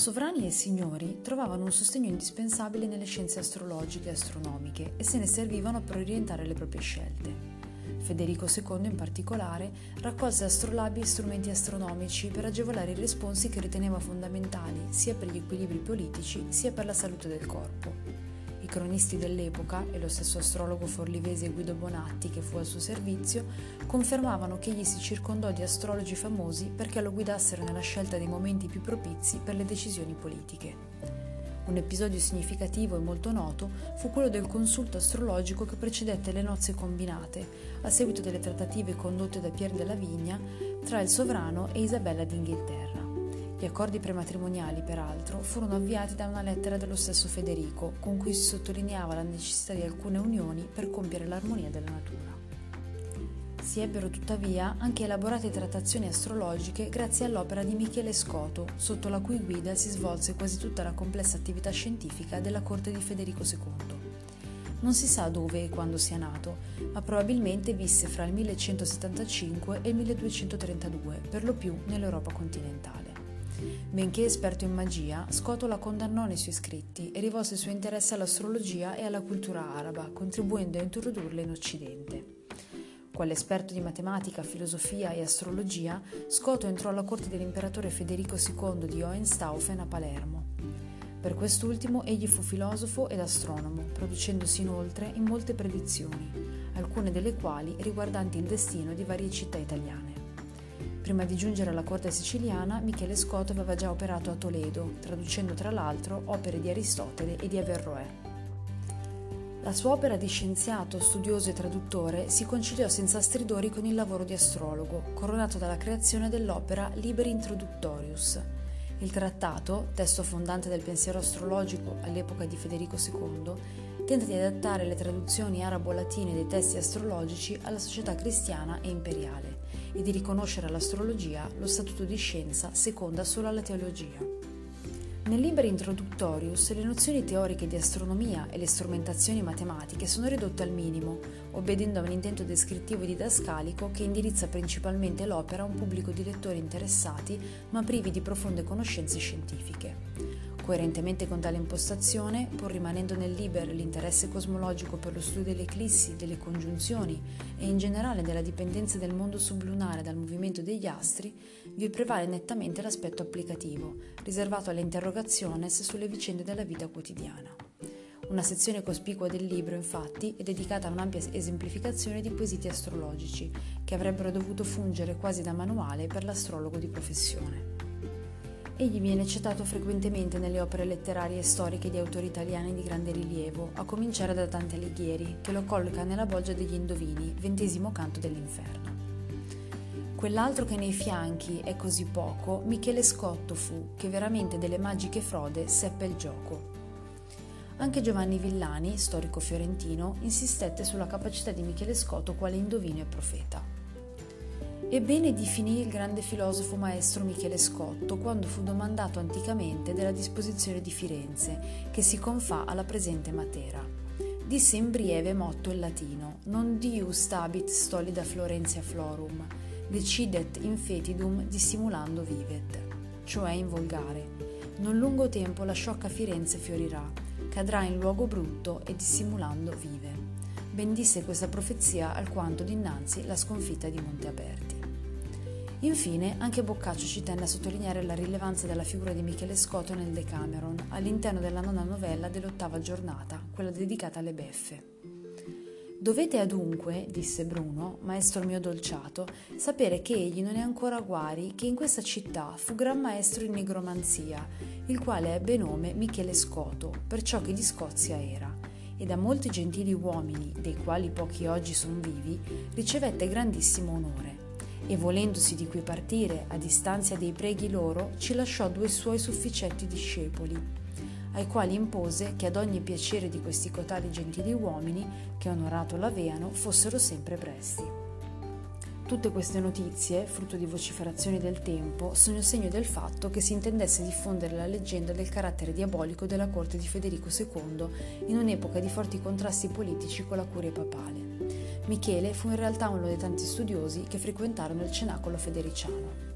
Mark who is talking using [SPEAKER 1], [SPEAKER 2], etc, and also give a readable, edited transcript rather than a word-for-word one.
[SPEAKER 1] Sovrani e signori trovavano un sostegno indispensabile nelle scienze astrologiche e astronomiche e se ne servivano per orientare le proprie scelte. Federico II, in particolare, raccolse astrolabi e strumenti astronomici per agevolare i responsi che riteneva fondamentali sia per gli equilibri politici sia per la salute del corpo. I cronisti dell'epoca, e lo stesso astrologo forlivese Guido Bonatti che fu al suo servizio, confermavano che egli si circondò di astrologi famosi perché lo guidassero nella scelta dei momenti più propizi per le decisioni politiche. Un episodio significativo e molto noto fu quello del consulto astrologico che precedette le nozze combinate, a seguito delle trattative condotte da Pier della Vigna tra il sovrano e Isabella d'Inghilterra. Gli accordi prematrimoniali, peraltro, furono avviati da una lettera dello stesso Federico, con cui si sottolineava la necessità di alcune unioni per compiere l'armonia della natura. Si ebbero tuttavia anche elaborate trattazioni astrologiche grazie all'opera di Michele Scoto, sotto la cui guida si svolse quasi tutta la complessa attività scientifica della corte di Federico II. Non si sa dove e quando sia nato, ma probabilmente visse fra il 1175 e il 1232, per lo più nell'Europa continentale. Benché esperto in magia, Scoto la condannò nei suoi scritti e rivolse il suo interesse all'astrologia e alla cultura araba, contribuendo a introdurle in Occidente. Quale esperto di matematica, filosofia e astrologia, Scoto entrò alla corte dell'imperatore Federico II di Hohenstaufen a Palermo. Per quest'ultimo egli fu filosofo ed astronomo, producendosi inoltre in molte predizioni, alcune delle quali riguardanti il destino di varie città italiane. Prima di giungere alla corte siciliana, Michele Scoto aveva già operato a Toledo, traducendo tra l'altro opere di Aristotele e di Averroè. La sua opera di scienziato, studioso e traduttore si conciliò senza stridori con il lavoro di astrologo, coronato dalla creazione dell'opera Liber Introductorius. Il trattato, testo fondante del pensiero astrologico all'epoca di Federico II, tenta di adattare le traduzioni arabo-latine dei testi astrologici alla società cristiana e imperiale e di riconoscere all'astrologia lo statuto di scienza seconda solo alla teologia. Nel Liber Introductorius le nozioni teoriche di astronomia e le strumentazioni matematiche sono ridotte al minimo, obbedendo a un intento descrittivo e didascalico che indirizza principalmente l'opera a un pubblico di lettori interessati ma privi di profonde conoscenze scientifiche. Coerentemente con tale impostazione, pur rimanendo nel Liber l'interesse cosmologico per lo studio delle eclissi, delle congiunzioni e in generale della dipendenza del mondo sublunare dal movimento degli astri, vi prevale nettamente l'aspetto applicativo, riservato alle interrogazioni sulle vicende della vita quotidiana. Una sezione cospicua del libro, infatti, è dedicata a un'ampia esemplificazione di quesiti astrologici, che avrebbero dovuto fungere quasi da manuale per l'astrologo di professione. Egli viene citato frequentemente nelle opere letterarie e storiche di autori italiani di grande rilievo, a cominciare da Dante Alighieri, che lo colloca nella bolgia degli Indovini, 20° canto dell'Inferno. Quell'altro che nei fianchi è così poco, Michele Scoto fu, che veramente delle magiche frode seppe il gioco. Anche Giovanni Villani, storico fiorentino, insistette sulla capacità di Michele Scoto quale indovino e profeta. Ebbene definì il grande filosofo maestro Michele Scoto quando fu domandato anticamente della disposizione di Firenze, che si confà alla presente Matera. Disse in breve motto il latino: non dius stabit stolida Florentia florum, decidet infetidum dissimulando vivet, cioè in volgare: non lungo tempo la sciocca Firenze fiorirà, cadrà in luogo brutto e dissimulando vive. Ben disse questa profezia alquanto dinanzi la sconfitta di Monte Aperti. Infine, anche Boccaccio ci tenne a sottolineare la rilevanza della figura di Michele Scoto nel Decameron, all'interno della 9ª novella dell'8ª giornata, quella dedicata alle beffe. Dovete adunque, disse Bruno, maestro mio dolciato, sapere che egli non è ancora a guari, che in questa città fu gran maestro in nigromanzia, il quale ebbe nome Michele Scoto, perciò che di Scozia era, e da molti gentili uomini, dei quali pochi oggi son vivi, ricevette grandissimo onore, e volendosi di qui partire a distanza dei preghi loro, ci lasciò 2 suoi sufficienti discepoli, ai quali impose che ad ogni piacere di questi cotali gentili uomini, che onorato l'aveano, fossero sempre presti. Tutte queste notizie, frutto di vociferazioni del tempo, sono il segno del fatto che si intendesse diffondere la leggenda del carattere diabolico della corte di Federico II in un'epoca di forti contrasti politici con la curia papale. Michele fu in realtà uno dei tanti studiosi che frequentarono il cenacolo federiciano.